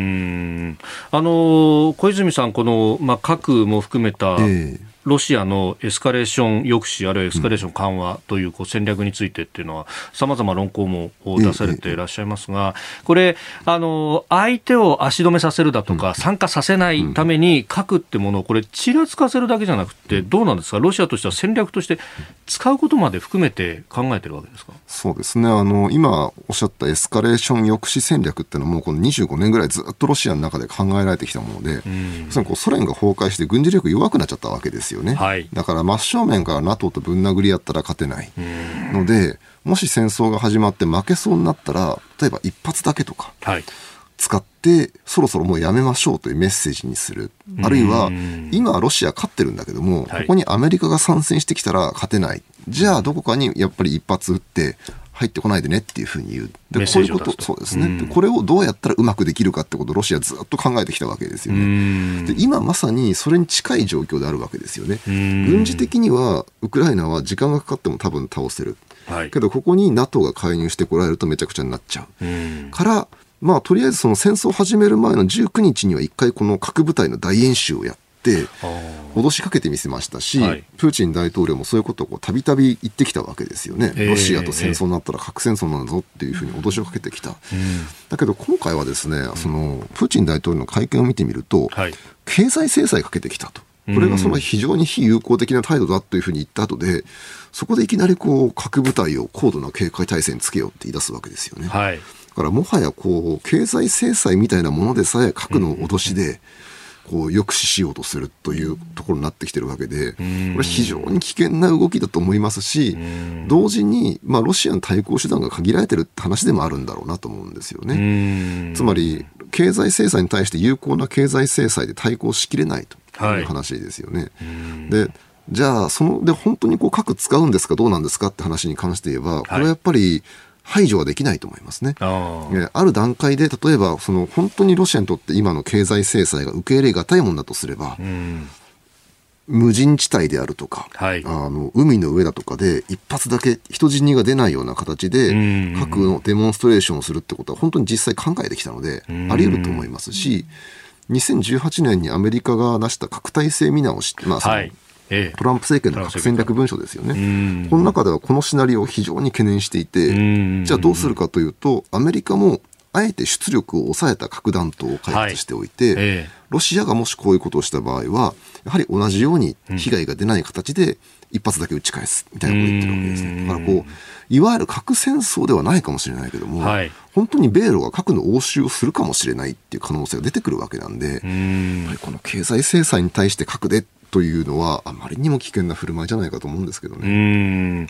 小泉さん、この、核も含めた、ロシアのエスカレーション抑止あるいはエスカレーション緩和という戦略についてっていうのは様々論考も出されていらっしゃいますが、これ相手を足止めさせるだとか参加させないために核ってものをこれちらつかせるだけじゃなくてどうなんですか、ロシアとしては戦略として使うことまで含めて考えてるわけですか。 そうですね、今おっしゃったエスカレーション抑止戦略っていうのはもうこの25年ぐらいずっとロシアの中で考えられてきたもので、ソ連が崩壊して軍事力弱くなっちゃったわけですよね。だから真正面から NATO とぶん殴り合ったら勝てないので、もし戦争が始まって負けそうになったら例えば一発だけとか使ってそろそろもうやめましょうというメッセージにする、あるいは今ロシア勝ってるんだけども、ここにアメリカが参戦してきたら勝てない、じゃあどこかにやっぱり一発撃って入ってこないでねっていうふうに言う。でこういうこと、そうですね。でこれをどうやったらうまくできるかってことをロシアずっと考えてきたわけですよね。で今まさにそれに近い状況であるわけですよね。軍事的にはウクライナは時間がかかっても多分倒せる、けどここに NATO が介入してこられるとめちゃくちゃになっちゃうから、とりあえずその戦争を始める前の19日には一回この核部隊の大演習をやって脅しかけてみせましたし、プーチン大統領もそういうことをたびたび言ってきたわけですよね。ロシアと戦争になったら核戦争なんだぞっていうふうに脅しをかけてきた、だけど今回はですね、そのプーチン大統領の会見を見てみると、経済制裁かけてきたと、これがその非常に非友好的な態度だというふうに言った後で、そこでいきなり核部隊を高度な警戒態勢につけようって言い出すわけですよね。だからもはや経済制裁みたいなものでさえ核の脅しで抑止しようとするというところになってきているわけで、これ非常に危険な動きだと思いますし、同時に、ロシアの対抗手段が限られているって話でもあるんだろうなと思うんですよね。つまり経済制裁に対して有効な経済制裁で対抗しきれないという話ですよね。でじゃあで本当に核使うんですかどうなんですかって話に関して言えば、これはやっぱり排除はできないと思いますね。ある段階で例えば本当にロシアにとって今の経済制裁が受け入れがたいものだとすれば、無人地帯であるとか、海の上だとかで一発だけ人死にが出ないような形で核のデモンストレーションをするってことは本当に実際考えてきたのであり得ると思いますし、2018年にアメリカが出した核体制見直し、トランプ政権の核戦略文書ですよね。この中ではこのシナリオを非常に懸念していて、じゃあどうするかというと、アメリカもあえて出力を抑えた核弾頭を開発しておいて、ロシアがもしこういうことをした場合はやはり同じように被害が出ない形で一発だけ撃ち返すみたいなことを言ってるわけですね。だからいわゆる核戦争ではないかもしれないけども、本当に米ロが核の応酬をするかもしれないっていう可能性が出てくるわけなんで、やっぱりこの経済制裁に対して核でというのはあまりにも危険な振る舞いじゃないかと思うんですけどね。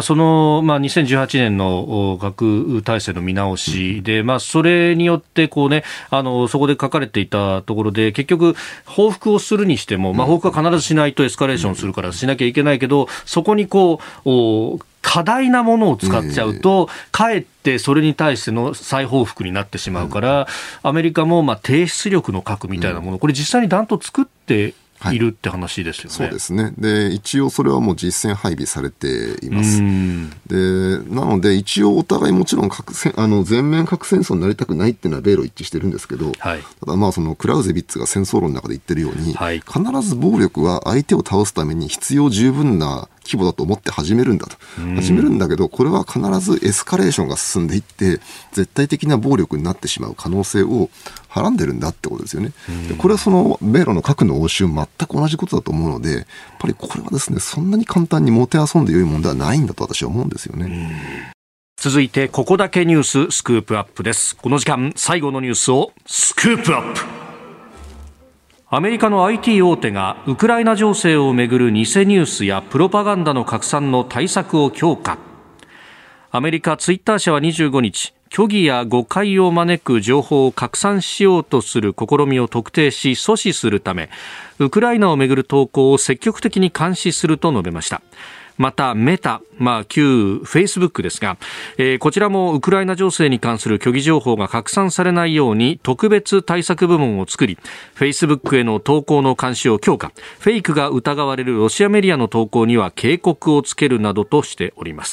2018年の核体制の見直しで、それによってそこで書かれていたところで結局報復をするにしても、報復は必ずしないとエスカレーションするからしなきゃいけないけど、そこに過大なものを使っちゃうと、かえってそれに対しての再報復になってしまうから、アメリカも低出力の核みたいなもの、これ実際に弾頭作っているって話ですよね。 そうですね。で一応それはもう実戦配備されています。でなので一応お互いもちろん全面核戦争になりたくないっていうのは米ロ一致してるんですけど、ただそのクラウゼビッツが戦争論の中で言ってるように、必ず暴力は相手を倒すために必要十分な規模だと思って始めるんだと。始めるんだけど、これは必ずエスカレーションが進んでいって絶対的な暴力になってしまう可能性をはらんでるんだってことですよね。でこれはその米ロの核の応酬全く同じことだと思うので、やっぱりこれはですね、そんなに簡単にもてあそんで良いものではないんだと私は思うんですよね。 続いてここだけニューススクープアップです。この時間最後のニュースをスクープアップ。アメリカの IT 大手がウクライナ情勢をめぐる偽ニュースやプロパガンダの拡散の対策を強化。アメリカツイッター社は25日、虚偽や誤解を招く情報を拡散しようとする試みを特定し阻止するため、ウクライナをめぐる投稿を積極的に監視すると述べました。 またメタ、旧フェイスブックですが、こちらもウクライナ情勢に関する虚偽情報が拡散されないように特別対策部門を作り、フェイスブックへの投稿の監視を強化、フェイクが疑われるロシアメディアの投稿には警告をつけるなどとしております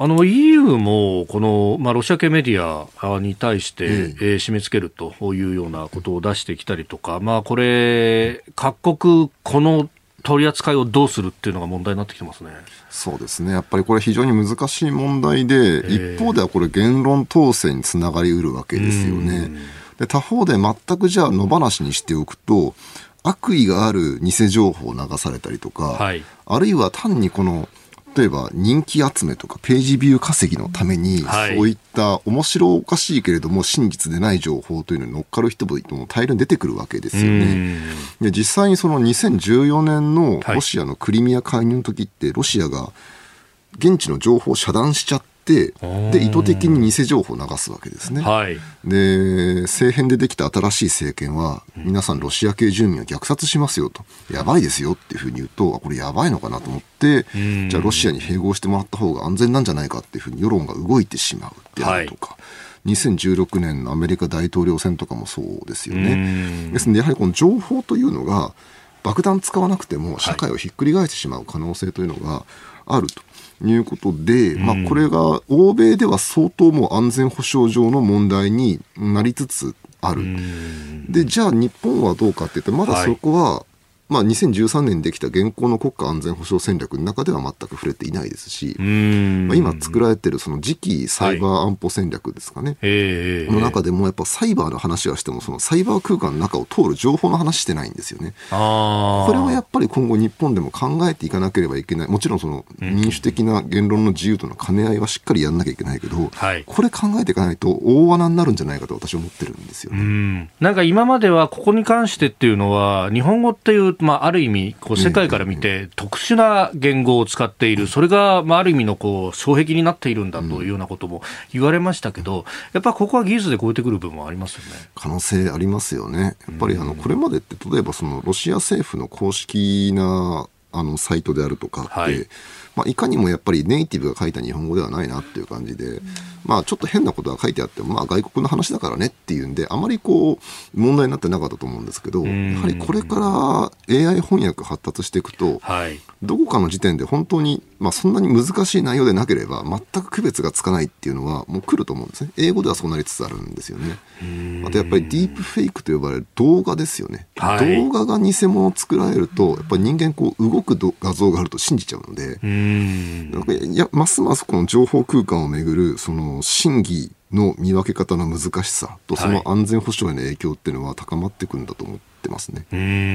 。EU もこの、ロシア系メディアに対して、締め付けるというようなことを出してきたりとか、これ各国この取り扱いをどうするっていうのが問題になってきてますね。 そうですね。やっぱりこれ非常に難しい問題で、一方ではこれ言論統制につながりうるわけですよね。で、他方で全くじゃあ野放しにしておくと、悪意がある偽情報を流されたりとか、あるいは単にこの例えば人気集めとかページビュー稼ぎのために、そういった面白おかしいけれども真実でない情報というのに乗っかる人々も大量に出てくるわけですよね。で、実際にその2014年のロシアのクリミア介入の時って、ロシアが現地の情報を遮断しちゃって、で意図的に偽情報を流すわけですね。で、政変でできた新しい政権は皆さんロシア系住民を虐殺しますよと、やばいですよっていうふうに言うと、これやばいのかなと思って、じゃあロシアに併合してもらった方が安全なんじゃないかっていうふうに世論が動いてしまうであるとか、2016年のアメリカ大統領選とかもそうですよね。ですのでやはりこの情報というのが爆弾使わなくても社会をひっくり返してしまう可能性というのがあるということで、これが欧米では相当もう安全保障上の問題になりつつある。で、じゃあ日本はどうかっていったら、まだそこは、2013年にできた現行の国家安全保障戦略の中では全く触れていないですし、今作られているその次期サイバー安保戦略ですかね、の中でもやっぱサイバーの話はしても、そのサイバー空間の中を通る情報の話してないんですよね。これはやっぱり今後日本でも考えていかなければいけない。もちろんその民主的な言論の自由との兼ね合いはしっかりやんなきゃいけないけど、これ考えていかないと大罠になるんじゃないかと私は思ってるんですよね。 なんか今まではここに関してっていうのは日本語っていうある意味こう世界から見て特殊な言語を使っている、それがある意味のこう障壁になっているんだというようなことも言われましたけど、やっぱりここは技術で超えてくる部分はありますよね。 可能性ありますよね。やっぱりこれまでって例えばそのロシア政府の公式なサイトであるとかって、いかにもやっぱりネイティブが書いた日本語ではないなっていう感じで、ちょっと変なことが書いてあっても、外国の話だからねっていうんであまりこう問題になってなかったと思うんですけど、やはりこれから AI 翻訳発達していくと、どこかの時点で本当に、そんなに難しい内容でなければ全く区別がつかないっていうのはもう来ると思うんですね。英語ではそうなりつつあるんですよね。あとやっぱりディープフェイクと呼ばれる動画ですよね。動画が偽物を作られるとやっぱり人間こう動く画像があると信じちゃうので、ますますこの情報空間をめぐるその真偽の見分け方の難しさとその安全保障への影響っていうのは高まってくるんだと思ってますね。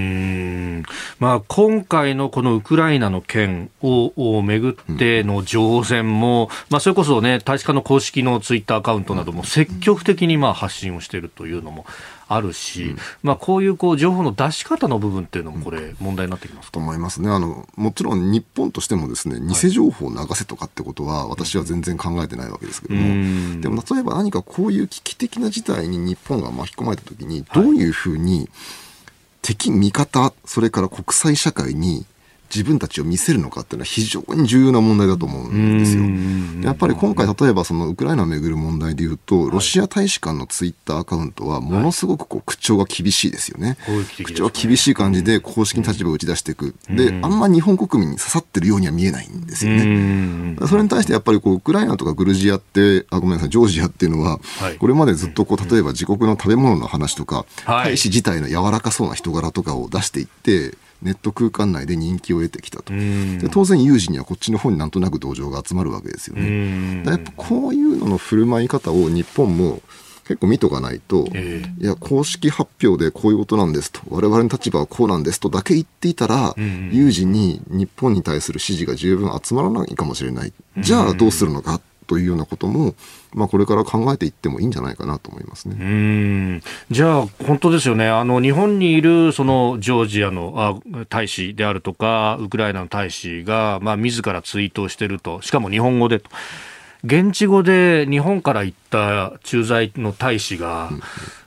今回のこのウクライナの件をめぐっての情勢も、それこそね、大使館の公式のツイッターアカウントなども積極的に発信をしているというのもあるし、こういう情報の出し方の部分っていうのもこれ問題になってきますか？ と思いますね。もちろん日本としてもですね、偽情報を流せとかってことは私は全然考えてないわけですけども、でも例えば何かこういう危機的な事態に日本が巻き込まれたときにどういうふうに敵味方それから国際社会に自分たちを見せるのかっていうのは非常に重要な問題だと思うんですよ。やっぱり今回例えばそのウクライナをめぐる問題でいうと、ロシア大使館のツイッターアカウントはものすごく口調が厳しいですよね。口調が厳しい感じで公式に立場を打ち出していく。で、あんま日本国民に刺さってるようには見えないんですよね。それに対してやっぱりウクライナとかグルジアってごめんなさいジョージアっていうのは、これまでずっと例えば自国の食べ物の話とか、大使自体の柔らかそうな人柄とかを出していってネット空間内で人気を得てきたと。で当然有事にはこっちの方になんとなく同情が集まるわけですよね。やっぱこういうのの振る舞い方を日本も結構見とかないと、いや公式発表でこういうことなんですと、我々の立場はこうなんですとだけ言っていたら、有事に日本に対する支持が十分集まらないかもしれない。じゃあどうするのかというようなことも、これから考えていってもいいんじゃないかなと思いますね。 じゃあ本当ですよね。日本にいるそのジョージアの大使であるとかウクライナの大使が、自らツイートをしていると、しかも日本語でと、現地語で日本から行った駐在の大使が、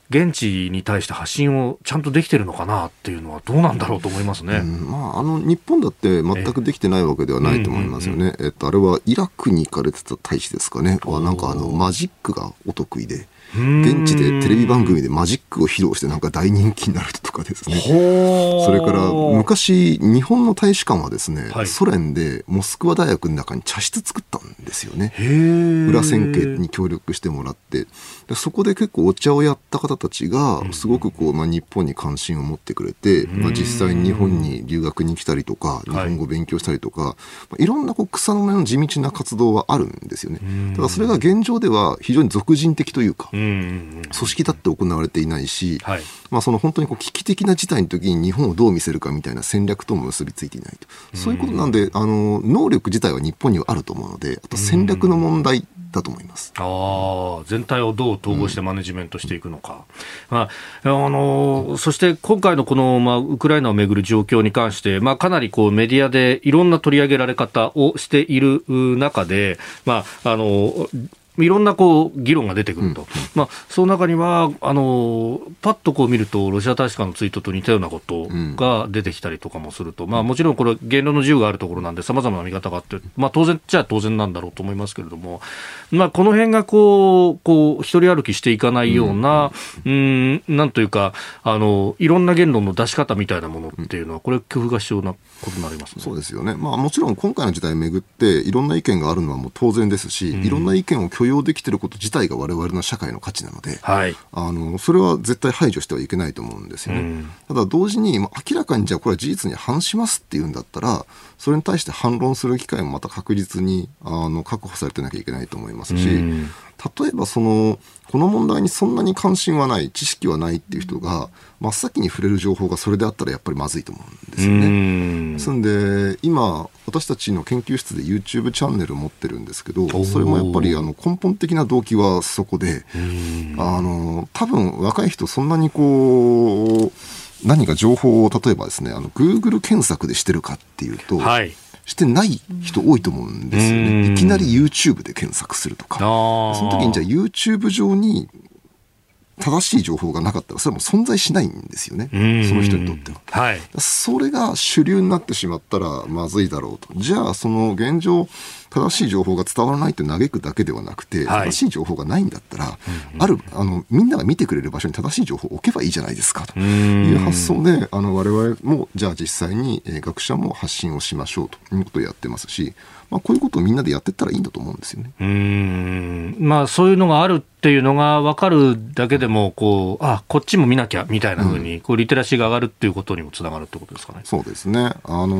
現地に対して発信をちゃんとできてるのかなっていうのはどうなんだろうと思いますね。 日本だって全くできてないわけではないと思いますよね。あれはイラクに行かれてた大使ですかね。なんかマジックがお得意で、現地でテレビ番組でマジックを披露してなんか大人気になるとかですね。それから昔日本の大使館はですね、ソ連でモスクワ大学の中に茶室作ったんですよね。裏千家に協力してもらって、でそこで結構お茶をやった方たちがすごく日本に関心を持ってくれて、実際に日本に留学に来たりとか日本語を勉強したりとか、いろんな草の根の地道な活動はあるんですよね。ただそれが現状では非常に俗人的というか、組織だって行われていないし、その本当に危機的な事態の時に日本をどう見せるかみたいな戦略とも結びついていないと、そういうことなんで、能力自体は日本にはあると思うので、あと戦略の問題だと思います。 全体をどう統合してマネジメントしていくのか、そして今回のこの、ウクライナをめぐる状況に関して、かなりメディアでいろんな取り上げられ方をしている中で、いろんな議論が出てくると、その中にはパッと見るとロシア大使館のツイートと似たようなことが出てきたりとかもすると、もちろんこれ言論の自由があるところなんで様々な見方があって、当然っちゃ当然なんだろうと思いますけれども、この辺が一人歩きしていかないような、なんというかいろんな言論の出し方みたいなものっていうのは、これ工夫が必要なことになりますね。 そうですよね。もちろん今回の事態をめぐっていろんな意見があるのはもう当然ですし、いろんな意見を許容できていること自体が我々の社会の価値なので、それは絶対排除してはいけないと思うんですよね。ただ同時に明らかにじゃあこれは事実に反しますっていうんだったら、それに対して反論する機会もまた確実に確保されてなきゃいけないと思いますし、例えばこの問題にそんなに関心はない、知識はないっていう人が真っ先に触れる情報がそれであったらやっぱりまずいと思うんですよね。ですんで今私たちの研究室で YouTube チャンネルを持ってるんですけど、それもやっぱり根本的な動機はそこで、多分若い人そんなに何か情報を例えばですねGoogle 検索でしてるかっていうと、してない人多いと思うんですよね。いきなり YouTube で検索するとか、その時にじゃあ YouTube 上に正しい情報がなかったらそれはもう存在しないんですよね、その人にとっては。それが主流になってしまったらまずいだろうと。じゃあその現状正しい情報が伝わらないと嘆くだけではなくて、正しい情報がないんだったら、みんなが見てくれる場所に正しい情報を置けばいいじゃないですかという発想で、我々もじゃあ実際に学者も発信をしましょうということをやってますし、こういうことをみんなでやっていったらいいんだと思うんですよね。 そういうのがあるっていうのが分かるだけでもこっちも見なきゃみたいな風にリテラシーが上がるっていうことにもつながるってことですかね。 そうですね。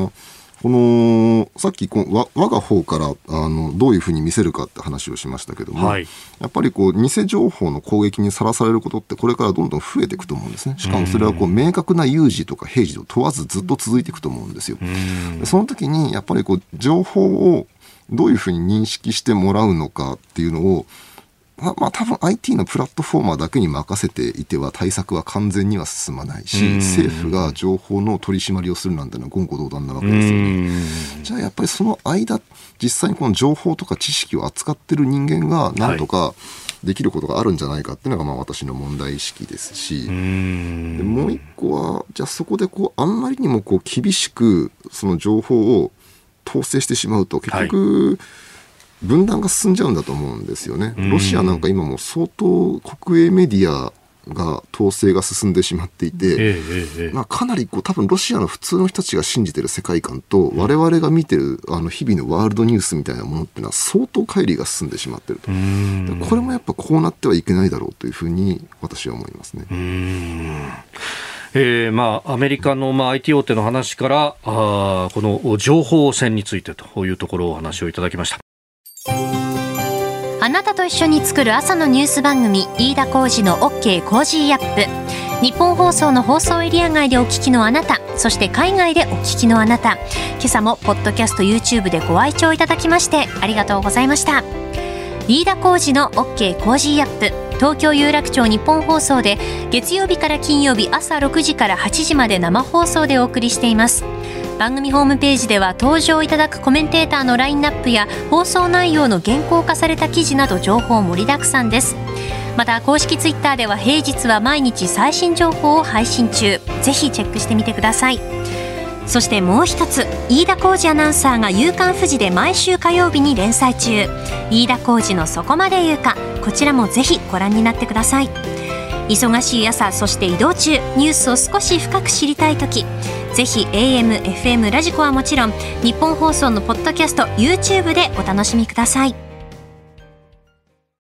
さっき我が方からどういうふうに見せるかって話をしましたけども、やっぱり偽情報の攻撃にさらされることってこれからどんどん増えていくと思うんですね。しかもそれは明確な有事とか平時を問わずずっと続いていくと思うんですよ。その時にやっぱり情報をどういうふうに認識してもらうのかっていうのを多分 IT のプラットフォーマーだけに任せていては対策は完全には進まないし、政府が情報の取り締まりをするなんてのは言語道断なわけですよね。じゃあやっぱりその間実際にこの情報とか知識を扱ってる人間が何とかできることがあるんじゃないかっていうのが私の問題意識ですし、でもう一個はじゃあそこであんまりにも厳しくその情報を統制してしまうと結局、分断が進んじゃうんだと思うんですよね。ロシアなんか今も相当国営メディアが統制が進んでしまっていて、かなり多分ロシアの普通の人たちが信じている世界観と我々が見てる日々のワールドニュースみたいなものっていうのは相当乖離が進んでしまっていると。これもやっぱこうなってはいけないだろうというふうに私は思いますね。 アメリカのIT 大手の話からこの情報戦についてというところをお話をいただきました。 あなたと一緒に作る朝のニュース番組、飯田浩司の OK コージーアップ。日本放送の放送エリア外でお聞きのあなた、そして海外でお聞きのあなた、今朝もポッドキャスト YouTube でご愛聴いただきましてありがとうございました。飯田浩司の OK コージーアップ、東京有楽町日本放送で月曜日から金曜日朝6時から8時まで生放送でお送りしています。番組ホームページでは登場いただくコメンテーターのラインナップや放送内容の原稿化された記事など情報盛りだくさんです。 また公式ツイッターでは平日は毎日最新情報を配信中。ぜひチェックしてみてください。そしてもう一つ、飯田浩司アナウンサーが夕刊フジで毎週火曜日に連載中、飯田浩司のそこまで言うか。こちらもぜひご覧になってください。忙しい朝、そして移動中、ニュースを少し深く知りたいとき、ぜひ AM、FM、ラジコはもちろん日本放送のポッドキャスト、YouTube でお楽しみください。